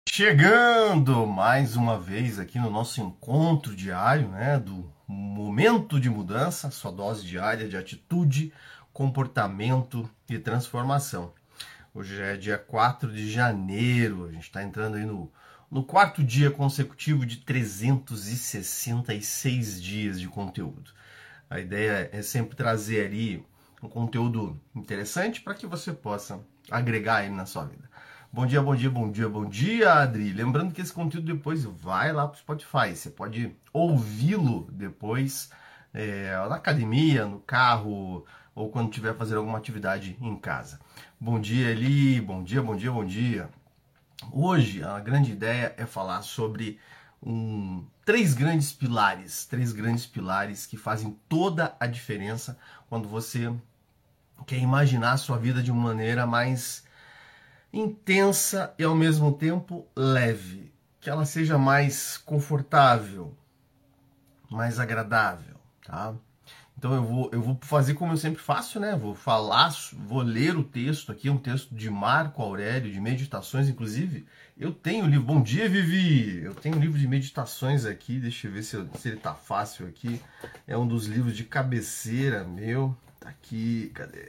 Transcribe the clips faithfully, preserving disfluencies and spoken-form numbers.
Chegando mais uma vez aqui no nosso encontro diário, né, do momento de mudança, sua dose diária de atitude, comportamento e transformação. Hoje já é dia quatro de janeiro, a gente está entrando aí no, no quarto dia consecutivo de trezentos e sessenta e seis dias de conteúdo. A ideia é sempre trazer ali um conteúdo interessante para que você possa agregar ele na sua vida. Bom dia, bom dia, bom dia, bom dia, Adri. Lembrando que esse conteúdo depois vai lá para o Spotify. Você pode ouvi-lo depois é, na academia, no carro ou quando estiver fazendo alguma atividade em casa. Bom dia, Eli. Bom dia, bom dia, bom dia. Hoje a grande ideia é falar sobre um, três grandes pilares, três grandes pilares que fazem toda a diferença quando você quer imaginar a sua vida de uma maneira mais intensa e ao mesmo tempo leve, que ela seja mais confortável, mais agradável, tá? Então eu vou, eu vou fazer como eu sempre faço, né? Vou falar, vou ler o texto aqui, um texto de Marco Aurélio, de meditações, inclusive. Eu tenho o livro, bom dia, Vivi! Eu tenho um livro de meditações aqui, deixa eu ver se, eu, se ele tá fácil aqui. É um dos livros de cabeceira meu. Tá aqui, cadê?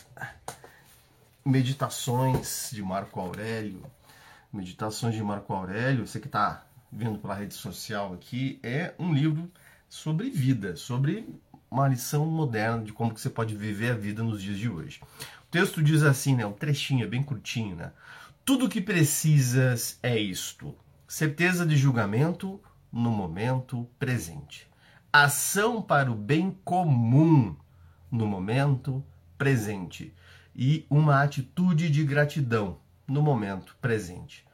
Meditações de Marco Aurélio. Meditações de Marco Aurélio, você que está vendo pela rede social aqui, é um livro sobre vida, sobre uma lição moderna de como que você pode viver a vida nos dias de hoje. O texto diz assim, né, um trechinho, é bem curtinho, né? Tudo o que precisas é isto: certeza de julgamento no momento presente. Ação para o bem comum no momento presente. E uma atitude de gratidão no momento presente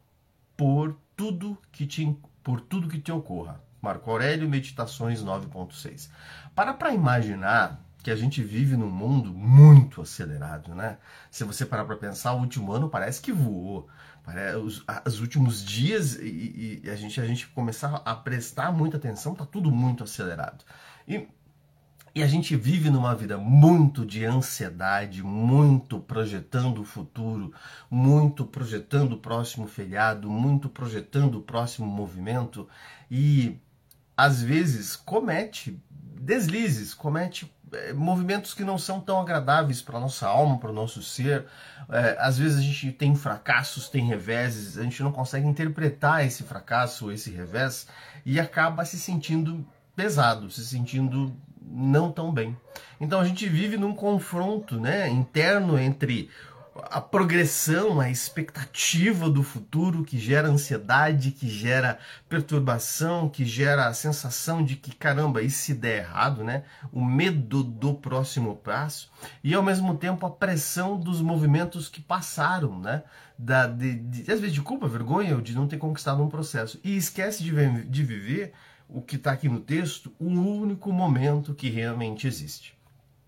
por tudo que te, por tudo que te ocorra. Marco Aurélio, Meditações nove ponto seis. Para para imaginar que a gente vive num mundo muito acelerado, né? Se você parar para pensar, o último ano parece que voou. Os, os últimos dias e, e a gente a gente começar a prestar muita atenção, tá tudo muito acelerado. E E a gente vive numa vida muito de ansiedade, muito projetando o futuro, muito projetando o próximo feriado, muito projetando o próximo movimento e, às vezes, comete deslizes, comete é, movimentos que não são tão agradáveis para a nossa alma, para o nosso ser. É, às vezes a gente tem fracassos, tem reveses, a gente não consegue interpretar esse fracasso, esse revés e acaba se sentindo pesado, se sentindo não tão bem. Então a gente vive num confronto, né, interno entre a progressão, a expectativa do futuro que gera ansiedade, que gera perturbação, que gera a sensação de que, caramba, e se der errado, né? O medo do próximo passo e, ao mesmo tempo, a pressão dos movimentos que passaram, né? Da, de, de, às vezes de culpa, vergonha, de não ter conquistado um processo. E esquece de, de viver o que está aqui no texto, o único momento que realmente existe.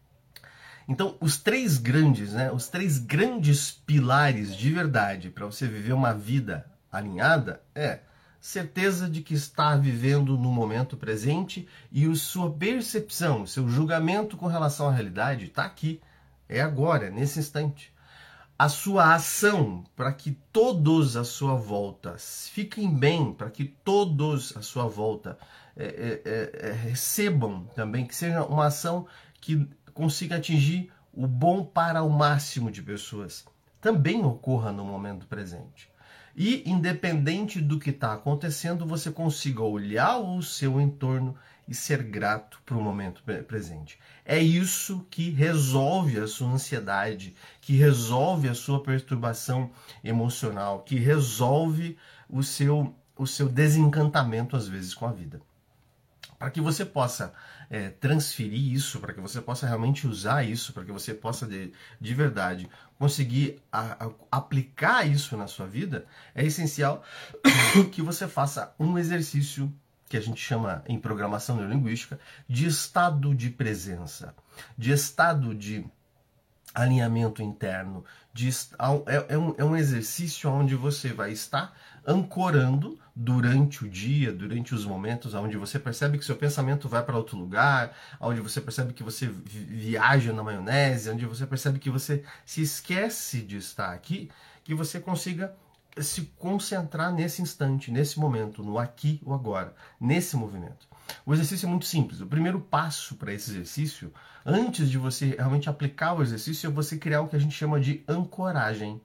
Então, os três grandes, né, os três grandes pilares de verdade para você viver uma vida alinhada é certeza de que está vivendo no momento presente e a sua percepção, o seu julgamento com relação à realidade está aqui, é agora, nesse instante. A sua ação para que todos à sua volta fiquem bem, para que todos à sua volta é, é, é, recebam também, que seja uma ação que consiga atingir o bom para o máximo de pessoas, também ocorra no momento presente. E, independente do que está acontecendo, você consiga olhar o seu entorno e ser grato para o momento presente. É isso que resolve a sua ansiedade, que resolve a sua perturbação emocional, que resolve o seu, o seu desencantamento, às vezes, com a vida. Para que você possa é, transferir isso, para que você possa realmente usar isso, para que você possa, de, de verdade, conseguir a, a, aplicar isso na sua vida, é essencial que você faça um exercício que a gente chama, em programação neurolinguística, de estado de presença, de estado de alinhamento interno. De, é, é, um, é um exercício onde você vai estar ancorando durante o dia, durante os momentos onde você percebe que seu pensamento vai para outro lugar, onde você percebe que você viaja na maionese, onde você percebe que você se esquece de estar aqui, que você consiga se concentrar nesse instante, nesse momento, no aqui ou agora, nesse movimento. O exercício é muito simples. O primeiro passo para esse exercício, antes de você realmente aplicar o exercício, é você criar o que a gente chama de ancoragem.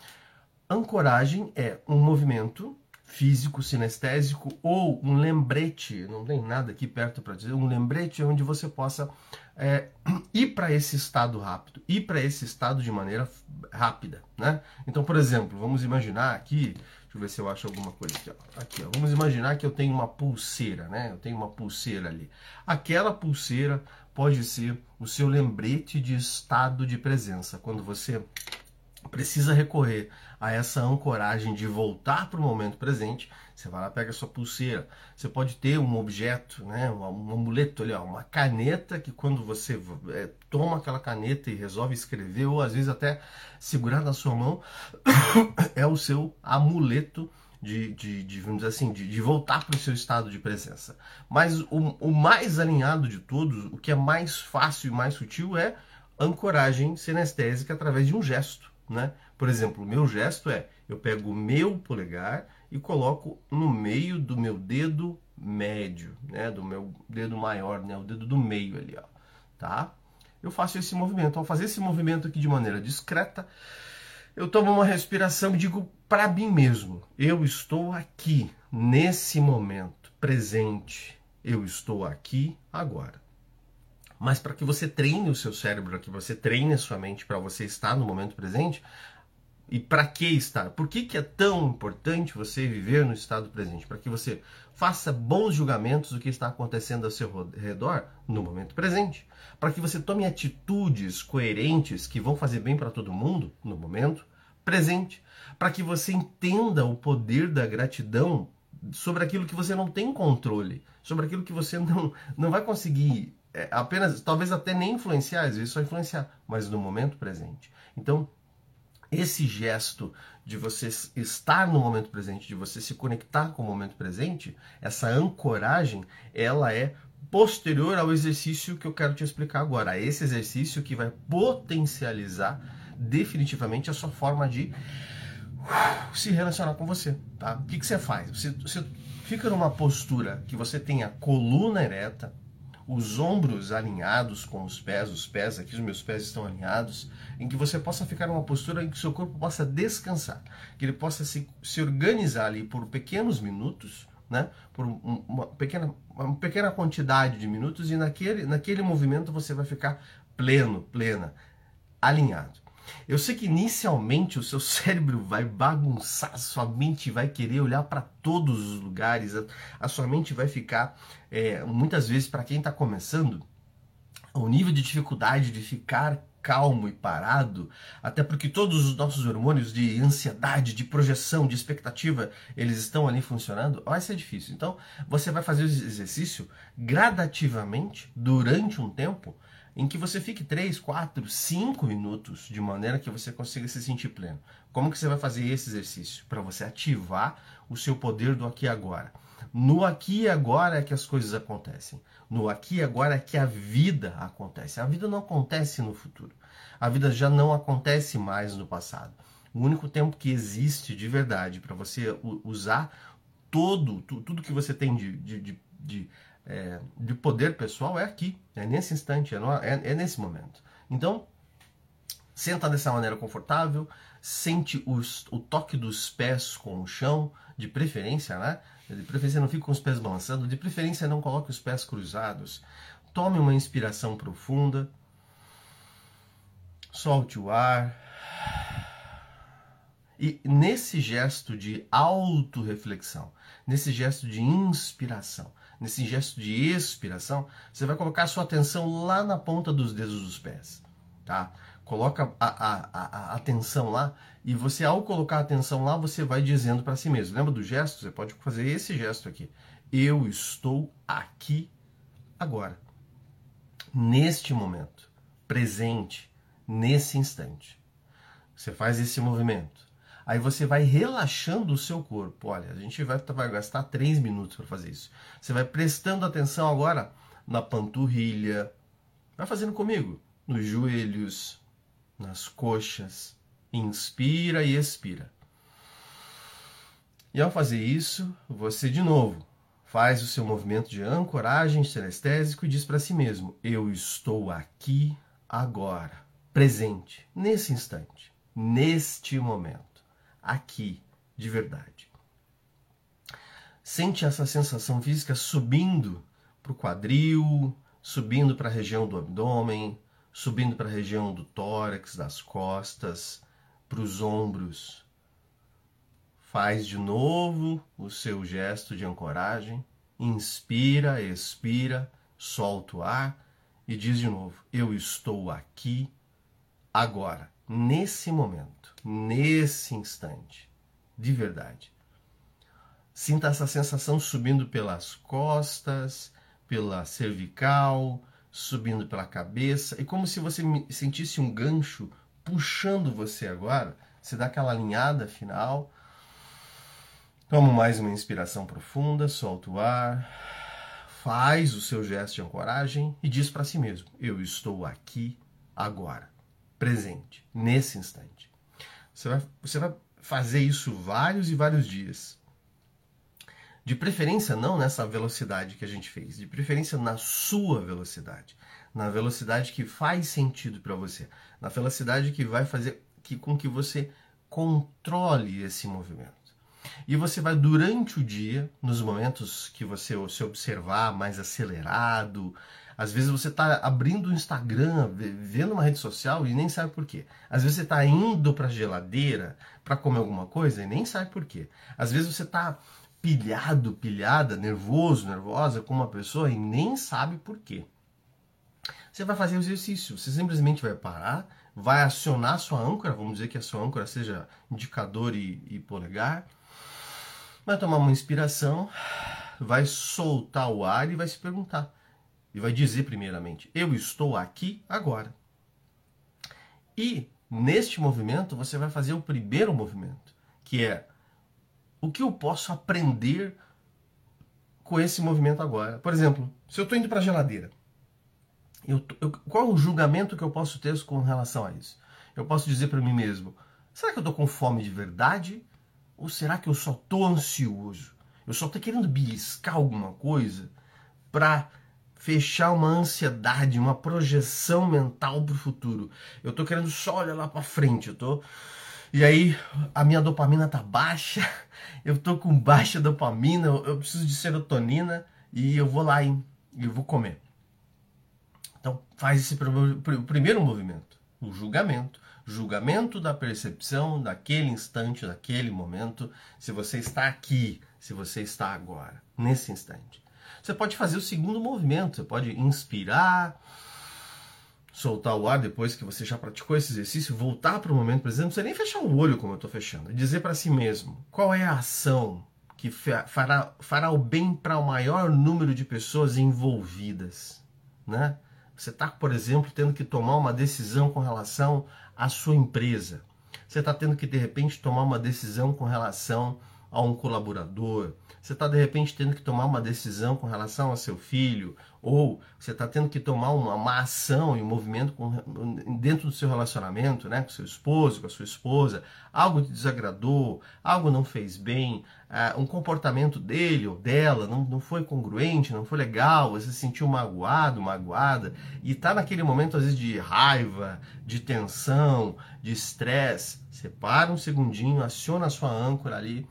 Ancoragem é um movimento físico, sinestésico ou um lembrete, não tem nada aqui perto para dizer, um lembrete onde você possa é, ir para esse estado rápido, ir para esse estado de maneira rápida, né? Então, por exemplo, vamos imaginar aqui, deixa eu ver se eu acho alguma coisa aqui, ó. Aqui, ó, vamos imaginar que eu tenho uma pulseira, né? Eu tenho uma pulseira ali. Aquela pulseira pode ser o seu lembrete de estado de presença, quando você precisa recorrer a essa ancoragem de voltar para o momento presente. Você vai lá, pega a sua pulseira. Você pode ter um objeto, né, um, um amuleto ali, ó, uma caneta, que quando você é, toma aquela caneta e resolve escrever, ou às vezes até segurar na sua mão, é o seu amuleto de, de, de vamos dizer assim, de, de voltar para o seu estado de presença. Mas o, o mais alinhado de todos, o que é mais fácil e mais sutil é ancoragem sinestésica através de um gesto. Né? Por exemplo, o meu gesto é, eu pego o meu polegar e coloco no meio do meu dedo médio, né? Do meu dedo maior, né? O dedo do meio ali, ó, tá? Eu faço esse movimento. Ao fazer esse movimento aqui de maneira discreta, eu tomo uma respiração e digo para mim mesmo, eu estou aqui, nesse momento, presente, eu estou aqui agora. Mas para que você treine o seu cérebro, para que você treine a sua mente, para você estar no momento presente, e para que estar? Por que, que é tão importante você viver no estado presente? Para que você faça bons julgamentos do que está acontecendo ao seu redor no momento presente. Para que você tome atitudes coerentes que vão fazer bem para todo mundo no momento presente. Para que você entenda o poder da gratidão sobre aquilo que você não tem controle, sobre aquilo que você não, não vai conseguir É, apenas, talvez até nem influenciar, às vezes só influenciar, mas no momento presente. Então, esse gesto de você estar no momento presente, de você se conectar com o momento presente, essa ancoragem, ela é posterior ao exercício que eu quero te explicar agora. Esse exercício que vai potencializar definitivamente a sua forma de se relacionar com você, tá? O que, que você faz? Você, você fica numa postura que você tem a coluna ereta, os ombros alinhados com os pés, os pés aqui, os meus pés estão alinhados, em que você possa ficar numa postura em que o seu corpo possa descansar, que ele possa se, se organizar ali por pequenos minutos, né? Por um, uma, pequena, uma pequena quantidade de minutos, e naquele, naquele movimento você vai ficar pleno, plena, alinhado. Eu sei que inicialmente o seu cérebro vai bagunçar, sua mente vai querer olhar para todos os lugares, a, a sua mente vai ficar, é, muitas vezes, para quem está começando, o nível de dificuldade de ficar calmo e parado, até porque todos os nossos hormônios de ansiedade, de projeção, de expectativa, eles estão ali funcionando, vai ser difícil. Então, você vai fazer o exercício gradativamente, durante um tempo, em que você fique três, quatro, cinco minutos, de maneira que você consiga se sentir pleno. Como que você vai fazer esse exercício? Para você ativar o seu poder do aqui e agora. No aqui e agora é que as coisas acontecem. No aqui e agora é que a vida acontece. A vida não acontece no futuro. A vida já não acontece mais no passado. O único tempo que existe de verdade para você usar todo, tudo que você tem de, de, de, de É, de poder pessoal é aqui, é nesse instante, é, no, é, é nesse momento. Então, senta dessa maneira confortável, sente os, o toque dos pés com o chão, de preferência, né? De preferência não fique com os pés balançando, de preferência não coloque os pés cruzados. Tome uma inspiração profunda, solte o ar. E nesse gesto de autorreflexão, nesse gesto de inspiração, nesse gesto de expiração, você vai colocar a sua atenção lá na ponta dos dedos dos pés, tá? Coloca a, a, a, a atenção lá, e você, ao colocar a atenção lá, você vai dizendo para si mesmo. Lembra do gesto? Você pode fazer esse gesto aqui. Eu estou aqui agora, neste momento, presente, nesse instante. Você faz esse movimento. Aí você vai relaxando o seu corpo. Olha, a gente vai, vai gastar três minutos para fazer isso. Você vai prestando atenção agora na panturrilha. Vai fazendo comigo. Nos joelhos, nas coxas. Inspira e expira. E ao fazer isso, você de novo faz o seu movimento de ancoragem senestésico e diz para si mesmo: eu estou aqui agora, presente, nesse instante, neste momento, aqui, de verdade. Sente essa sensação física subindo para o quadril, subindo para a região do abdômen, subindo para a região do tórax, das costas, para os ombros. Faz de novo o seu gesto de ancoragem, inspira, expira, solta o ar e diz de novo: eu estou aqui agora, nesse momento, nesse instante, de verdade. Sinta essa sensação subindo pelas costas, pela cervical, subindo pela cabeça, e como se você sentisse um gancho puxando você agora. Você dá aquela alinhada final. Toma mais uma inspiração profunda, solta o ar, faz o seu gesto de ancoragem e diz para si mesmo: eu estou aqui agora, presente, nesse instante. Você vai, você vai fazer isso vários e vários dias. De preferência não nessa velocidade que a gente fez, de preferência na sua velocidade, na velocidade que faz sentido para você, na velocidade que vai fazer que, com que você controle esse movimento. E você vai, durante o dia, nos momentos que você se observar mais acelerado, às vezes você está abrindo o Instagram, vendo uma rede social e nem sabe por quê. Às vezes você está indo para a geladeira para comer alguma coisa e nem sabe por quê. Às vezes você está pilhado, pilhada, nervoso, nervosa com uma pessoa e nem sabe por quê. Você vai fazer o exercício, você simplesmente vai parar, vai acionar sua âncora, vamos dizer que a sua âncora seja indicador e, e polegar, vai tomar uma inspiração, vai soltar o ar e vai se perguntar. E vai dizer primeiramente: eu estou aqui agora. E neste movimento você vai fazer o primeiro movimento, que é: o que eu posso aprender com esse movimento agora? Por exemplo, se eu estou indo para a geladeira, eu, eu, qual é o julgamento que eu posso ter com relação a isso? Eu posso dizer para mim mesmo: será que eu estou com fome de verdade? Ou será que eu só estou ansioso? Eu só estou querendo beliscar alguma coisa para fechar uma ansiedade, uma projeção mental para o futuro. Eu estou querendo só olhar lá para frente. Eu tô... E aí a minha dopamina tá baixa, eu estou com baixa dopamina, eu preciso de serotonina e eu vou lá e eu vou comer. Então faz esse primeiro movimento, o julgamento. Julgamento da percepção daquele instante, daquele momento, se você está aqui, se você está agora, nesse instante. Você pode fazer o segundo movimento, você pode inspirar, soltar o ar depois que você já praticou esse exercício, voltar para o momento presente, não precisa nem fechar o olho como eu estou fechando, dizer para si mesmo qual é a ação que fará, fará o bem para o maior número de pessoas envolvidas, né? Você está, por exemplo, tendo que tomar uma decisão com relação à sua empresa. Você está tendo que, de repente, tomar uma decisão com relação a um colaborador. Você está, de repente, tendo que tomar uma decisão com relação ao seu filho. Ou você está tendo que tomar uma, uma ação e um movimento com, dentro do seu relacionamento, né, com seu esposo, com a sua esposa. Algo te desagradou, algo não fez bem, uh, um comportamento dele ou dela não, não foi congruente, não foi legal, você se sentiu magoado, magoada. E está naquele momento, às vezes, de raiva, de tensão, de estresse. Você para um segundinho, aciona a sua âncora ali,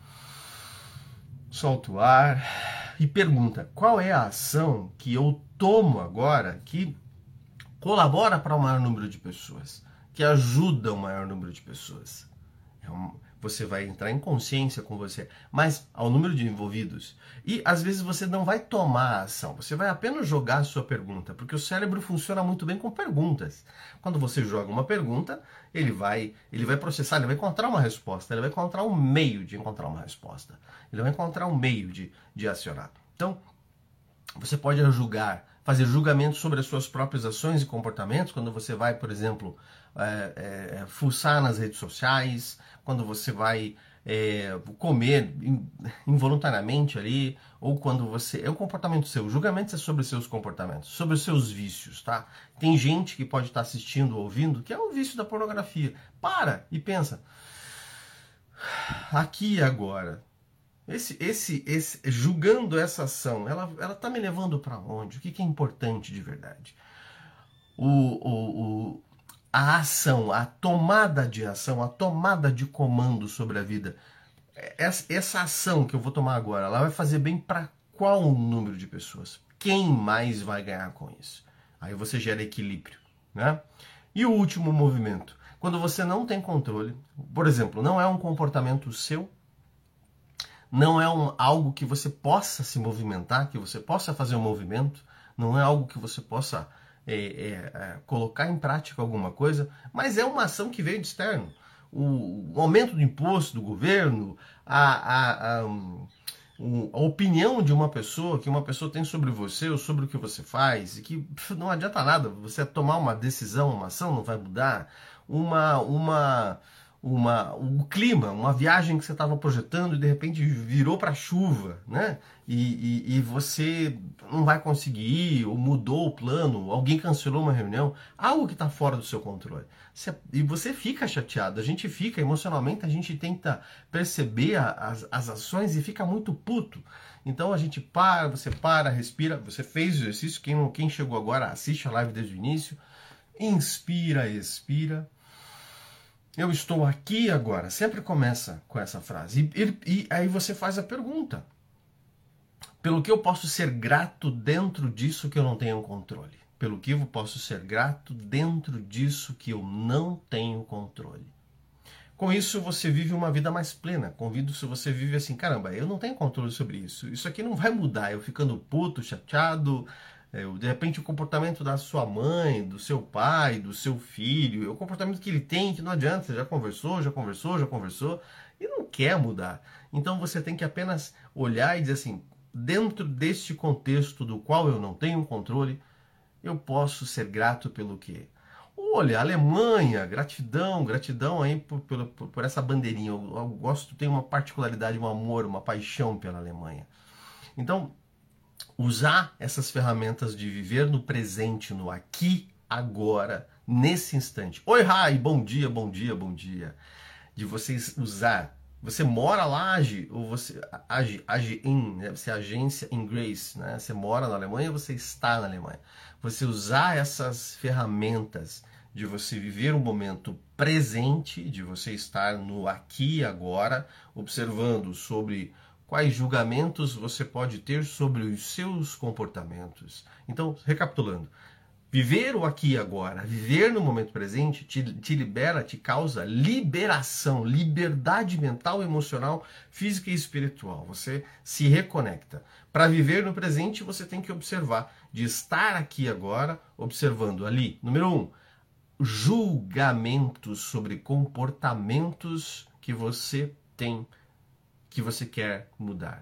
solta o ar e pergunta: qual é a ação que eu tomo agora que colabora para o maior número de pessoas, que ajuda o maior número de pessoas? É um, você vai entrar em consciência com você, mas ao número de envolvidos. E às vezes você não vai tomar a ação, você vai apenas jogar a sua pergunta, porque o cérebro funciona muito bem com perguntas. Quando você joga uma pergunta, ele vai, ele vai processar, ele vai encontrar uma resposta, ele vai encontrar um meio de encontrar uma resposta, ele vai encontrar um meio de, de acionar. Então, você pode julgar, fazer julgamentos sobre as suas próprias ações e comportamentos, quando você vai, por exemplo, é, é, fuçar nas redes sociais, quando você vai é, comer involuntariamente ali, ou quando você... É um comportamento seu. O julgamento é sobre seus comportamentos, sobre os seus vícios, tá? Tem gente que pode estar assistindo ou ouvindo que é um vício da pornografia. Para e pensa. Aqui e agora, Esse, esse, esse, julgando essa ação, ela ela está me levando para onde? O que, que é importante de verdade? O, o, o, a ação, a tomada de ação, a tomada de comando sobre a vida. Essa, essa ação que eu vou tomar agora, ela vai fazer bem para qual número de pessoas? Quem mais vai ganhar com isso? Aí você gera equilíbrio, né? E o último movimento, quando você não tem controle, por exemplo, não é um comportamento seu, não é um, algo que você possa se movimentar, que você possa fazer um movimento, não é algo que você possa é, é, é, colocar em prática alguma coisa, mas é uma ação que veio de externo. O, o aumento do imposto do governo, a, a, a, um, a opinião de uma pessoa, que uma pessoa tem sobre você ou sobre o que você faz, e que pff, não adianta nada, você tomar uma decisão, uma ação não vai mudar, uma... uma Uma, um clima, uma viagem que você estava projetando e de repente virou para chuva, né? E, e, e você não vai conseguir ir, ou mudou o plano, alguém cancelou uma reunião, algo que está fora do seu controle. Você, e você fica chateado, a gente fica emocionalmente, a gente tenta perceber a, as, as ações e fica muito puto. Então a gente para, você para, respira, você fez o exercício, quem, quem chegou agora assiste a live desde o início, inspira, expira. Eu estou aqui agora. Sempre começa com essa frase. E, e, e aí você faz a pergunta. Pelo que eu posso ser grato dentro disso que eu não tenho controle? Pelo que eu posso ser grato dentro disso que eu não tenho controle? Com isso, você vive uma vida mais plena. Convido se você vive assim, caramba, eu não tenho controle sobre isso. Isso aqui não vai mudar. Eu ficando puto, chateado... É, de repente o comportamento da sua mãe, do seu pai, do seu filho, é o comportamento que ele tem, que não adianta, você já conversou, já conversou, já conversou, e não quer mudar. Então você tem que apenas olhar e dizer assim, dentro deste contexto do qual eu não tenho controle, eu posso ser grato pelo quê? Olha, Alemanha, gratidão, gratidão aí por, por, por essa bandeirinha. Eu, eu gosto, tenho uma particularidade, um amor, uma paixão pela Alemanha. Então, usar essas ferramentas de viver no presente, no aqui, agora, nesse instante. Oi, Rai, bom dia, bom dia, bom dia. De vocês usar. Você mora lá, age, ou você age, age em, né? Você agência em Grace, né? Você mora na Alemanha, você está na Alemanha. Você usar essas ferramentas de você viver o momento presente, de você estar no aqui e agora, observando sobre quais julgamentos você pode ter sobre os seus comportamentos. Então, recapitulando, viver o aqui e agora, viver no momento presente, te, te libera, te causa liberação, liberdade mental, emocional, física e espiritual. Você se reconecta. Para viver no presente, você tem que observar, de estar aqui agora, observando ali, número um, julgamentos sobre comportamentos que você tem, que você quer mudar.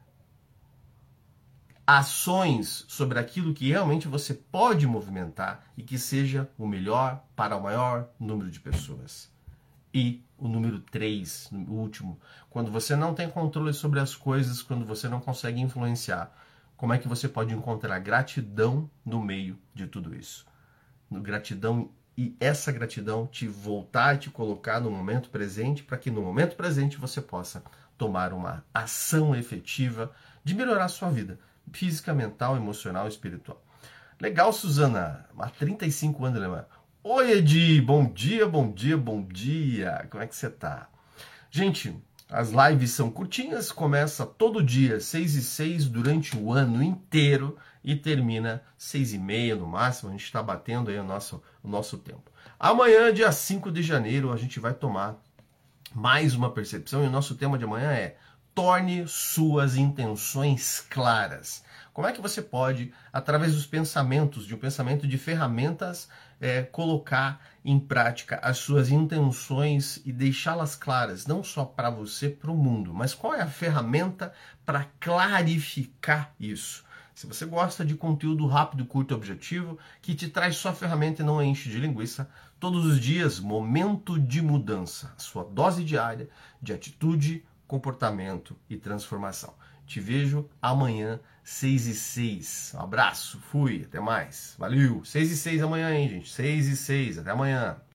Ações sobre aquilo que realmente você pode movimentar e que seja o melhor para o maior número de pessoas. E o número três, o último, quando você não tem controle sobre as coisas, quando você não consegue influenciar, como é que você pode encontrar gratidão no meio de tudo isso? Gratidão, e essa gratidão te voltar e te colocar no momento presente, para que no momento presente você possa tomar uma ação efetiva de melhorar a sua vida, física, mental, emocional e espiritual. Legal, Suzana, há trinta e cinco anos, né? Oi, Edi, bom dia, bom dia, bom dia, como é que você tá? Gente, as lives são curtinhas, começa todo dia, seis e seis, durante o ano inteiro, e termina seis e meia no máximo, a gente está batendo aí o nosso, o nosso tempo. Amanhã, dia cinco de janeiro, a gente vai tomar mais uma percepção, e o nosso tema de amanhã é: torne suas intenções claras. Como é que você pode, através dos pensamentos, de um pensamento de ferramentas, é, colocar em prática as suas intenções e deixá-las claras, não só para você, para o mundo, mas qual é a ferramenta para clarificar isso? Se você gosta de conteúdo rápido, curto e objetivo, que te traz só ferramenta e não enche de linguiça, todos os dias, momento de mudança, a sua dose diária de atitude, comportamento e transformação. Te vejo amanhã, seis e seis. Um abraço, fui, até mais. Valeu! seis e seis amanhã, hein, gente? seis e seis, até amanhã.